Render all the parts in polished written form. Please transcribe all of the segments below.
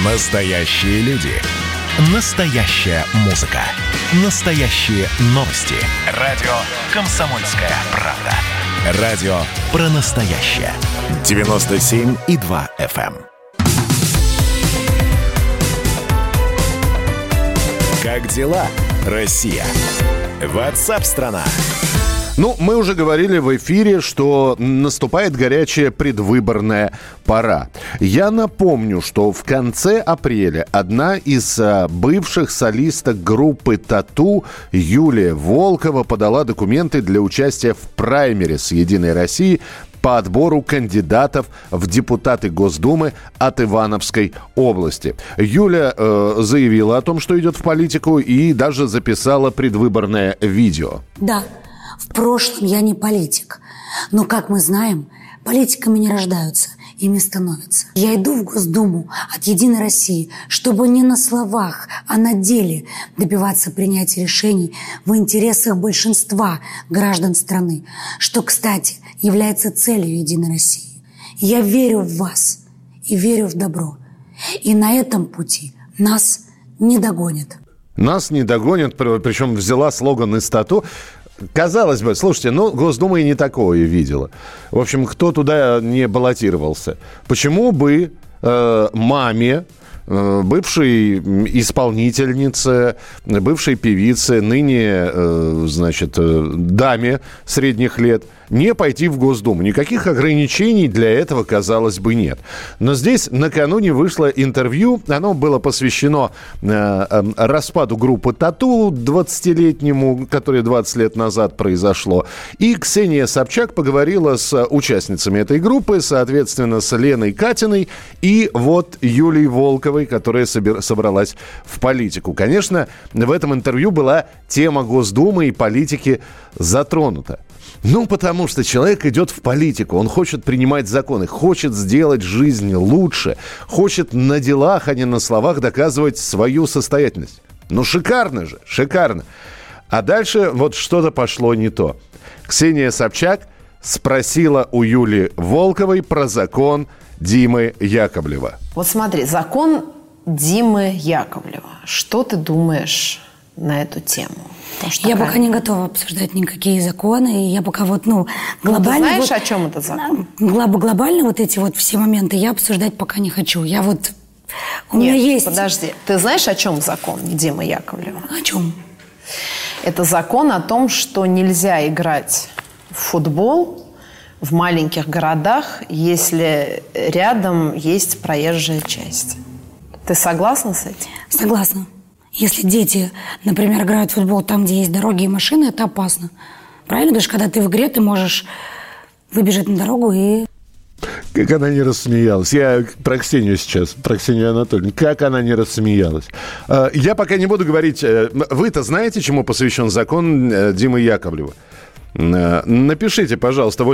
Настоящие люди. Настоящая музыка. Настоящие новости. Радио «Комсомольская правда». Радио про настоящее. 97,2 FM. Как дела, Россия? WhatsApp-страна. Мы уже говорили в эфире, что наступает горячая предвыборная пора. Я напомню, что в конце апреля одна из бывших солисток группы «Тату» Юлия Волкова подала документы для участия в праймерис «Единой России» по отбору кандидатов в депутаты Госдумы от Ивановской области. Юля заявила о том, что идет в политику, и даже записала предвыборное видео. Да. В прошлом я не политик, но, как мы знаем, политиками не рождаются, ими становятся. Я иду в Госдуму от «Единой России», чтобы не на словах, а на деле добиваться принятия решений в интересах большинства граждан страны, что, кстати, является целью «Единой России». Я верю в вас и верю в добро. И на этом пути нас не догонят. Нас не догонят, причем взяла слоган из «Тату». Казалось бы, слушайте, Госдума и не такое видела. В общем, кто туда не баллотировался? Почему бы маме, бывшей исполнительнице, бывшей певице, ныне, даме средних лет, не пойти в Госдуму? Никаких ограничений для этого, казалось бы, нет. Но здесь накануне вышло интервью. Оно было посвящено распаду группы «Тату» 20-летнему, которое 20 лет назад произошло. И Ксения Собчак поговорила с участницами этой группы, соответственно, с Леной Катиной и вот Юлией Волковой, которая собралась в политику. Конечно, в этом интервью была тема Госдумы и политики затронута. Потому что человек идет в политику, он хочет принимать законы, хочет сделать жизнь лучше, хочет на делах, а не на словах доказывать свою состоятельность. Шикарно же, шикарно. А дальше вот что-то пошло не то. Ксения Собчак спросила у Юлии Волковой про закон Димы Яковлева. Вот смотри, закон Димы Яковлева. Что ты думаешь на эту тему? Я пока не готова обсуждать никакие законы. И я пока глобально... Ты знаешь, о чем этот закон? Глобально вот эти вот все моменты я обсуждать пока не хочу. У меня есть... Подожди. Ты знаешь, о чем закон Димы Яковлева? О чем? Это закон о том, что нельзя играть в футбол в маленьких городах, если рядом есть проезжая часть. Ты согласна с этим? Согласна. Если дети, например, играют в футбол там, где есть дороги и машины, это опасно. Правильно? Потому что когда ты в игре, ты можешь выбежать на дорогу и... Как она не рассмеялась. Я про Ксению сейчас, про Ксению Анатольевну. Как она не рассмеялась. Я пока не буду говорить... Вы-то знаете, чему посвящен закон Димы Яковлева? Напишите, пожалуйста,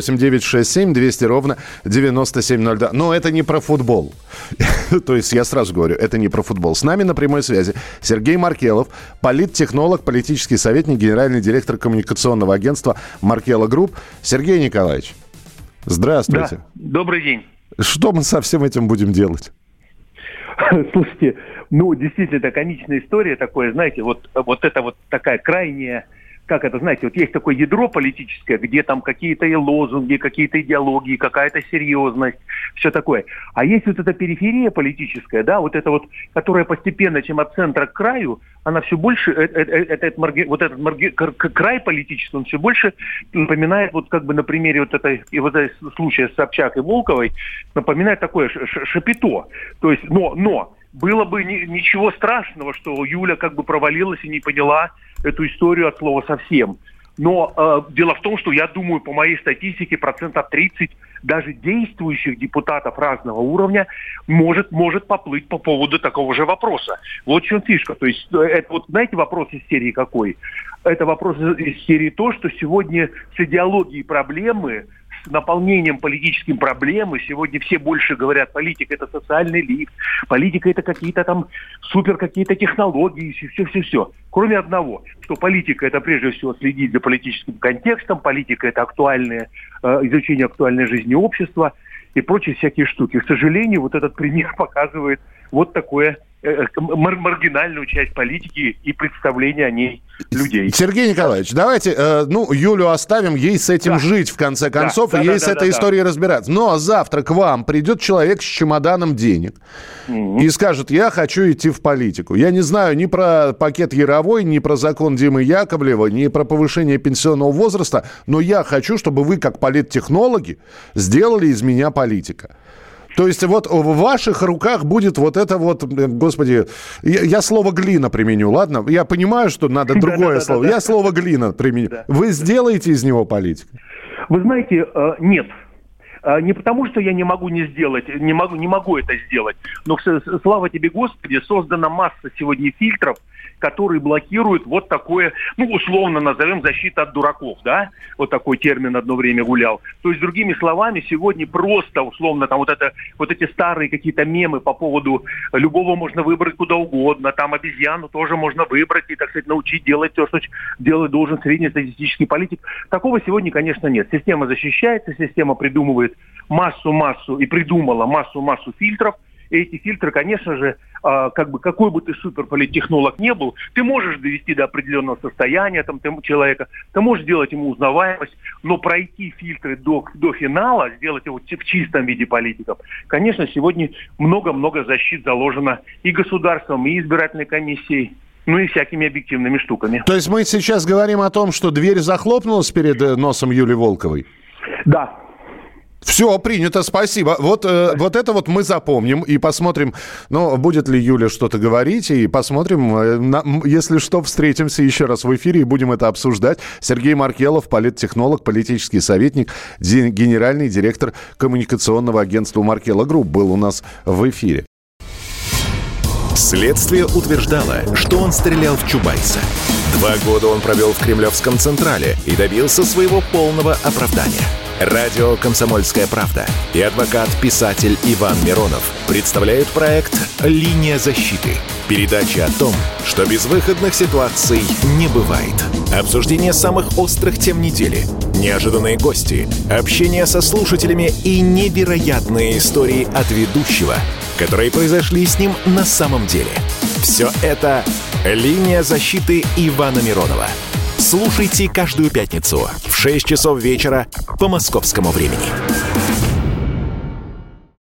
8967-200-97-02. Но это не про футбол. То есть я сразу говорю, это не про футбол. С нами на прямой связи Сергей Маркелов, политтехнолог, политический советник, генеральный директор коммуникационного агентства «Маркело Групп». Сергей Николаевич, здравствуйте. Да, добрый день. Что мы со всем этим будем делать? Слушайте, действительно, это комичная история такое, знаете, вот это вот такая крайняя... Как это, знаете, вот есть такое ядро политическое, где там какие-то и лозунги, какие-то идеологии, какая-то серьезность, все такое. А есть вот эта периферия политическая, да, вот это вот, которая постепенно, чем от центра к краю, она все больше, этот край политический, он все больше напоминает, вот как бы на примере вот этой случая с Собчак и Волковой, напоминает такое шапито. То есть, но было бы ничего страшного, что Юля как бы провалилась и не поняла эту историю от слова совсем. Но дело в том, что я думаю, по моей статистике, 30% даже действующих депутатов разного уровня может поплыть по поводу такого же вопроса. Вот в чем фишка. То есть, это вот, знаете, вопрос из серии какой? Это вопрос из серии то, что сегодня с идеологией проблемы, с наполнением политическим проблемы, сегодня все больше говорят, политика – это социальный лифт, политика – это какие-то там супер какие-то технологии, все. Кроме одного, что политика – это прежде всего следить за политическим контекстом, политика – это изучение актуальной жизни общества и прочие всякие штуки. К сожалению, вот этот пример показывает, вот такое маргинальную часть политики и представления о ней людей. Сергей Николаевич, давайте, Юлю оставим, ей с этим жить, в конце концов, и ей с этой историей разбираться. Но завтра к вам придет человек с чемоданом денег и скажет, я хочу идти в политику. Я не знаю ни про пакет Яровой, ни про закон Димы Яковлева, ни про повышение пенсионного возраста, но я хочу, чтобы вы, как политтехнологи, сделали из меня политика. То есть вот в ваших руках будет вот это вот, господи, я слово «глина» применю, ладно? Я понимаю, что надо другое слово. Я слово «глина» применю. Вы сделаете из него политика? Вы знаете, нет. Не потому, что я не могу это сделать, но, слава тебе, Господи, создана масса сегодня фильтров, которые блокируют вот такое, условно назовем, защита от дураков, да? Вот такой термин одно время гулял. То есть, другими словами, сегодня просто, условно, там вот эти старые какие-то мемы по поводу любого можно выбрать куда угодно, там обезьяну тоже можно выбрать и, так сказать, научить делать то, что делать должен среднестатистический политик. Такого сегодня, конечно, нет. Система защищается, система придумывает массу и придумала массу фильтров. И эти фильтры, конечно же, какой бы ты суперполиттехнолог не был, ты можешь довести до определенного состояния человека, ты можешь сделать ему узнаваемость, но пройти фильтры до финала, сделать его в чистом виде политиков, конечно, сегодня много-много защит заложено и государством, и избирательной комиссией, и всякими объективными штуками. То есть мы сейчас говорим о том, что дверь захлопнулась перед носом Юлии Волковой? Да. Все, принято, спасибо. Вот это вот мы запомним и посмотрим, будет ли Юля что-то говорить, и посмотрим, если что, встретимся еще раз в эфире и будем это обсуждать. Сергей Маркелов, политтехнолог, политический советник, генеральный директор коммуникационного агентства «Маркела Групп» был у нас в эфире. Следствие утверждало, что он стрелял в Чубайса. 2 года он провел в Кремлевском Централе и добился своего полного оправдания. Радио «Комсомольская правда» и адвокат-писатель Иван Миронов представляют проект «Линия защиты». Передача о том, что безвыходных ситуаций не бывает. Обсуждение самых острых тем недели, неожиданные гости, общение со слушателями и невероятные истории от ведущего, которые произошли с ним на самом деле. Все это «Линия защиты» Ивана Миронова. Слушайте каждую пятницу в 6 часов вечера по московскому времени.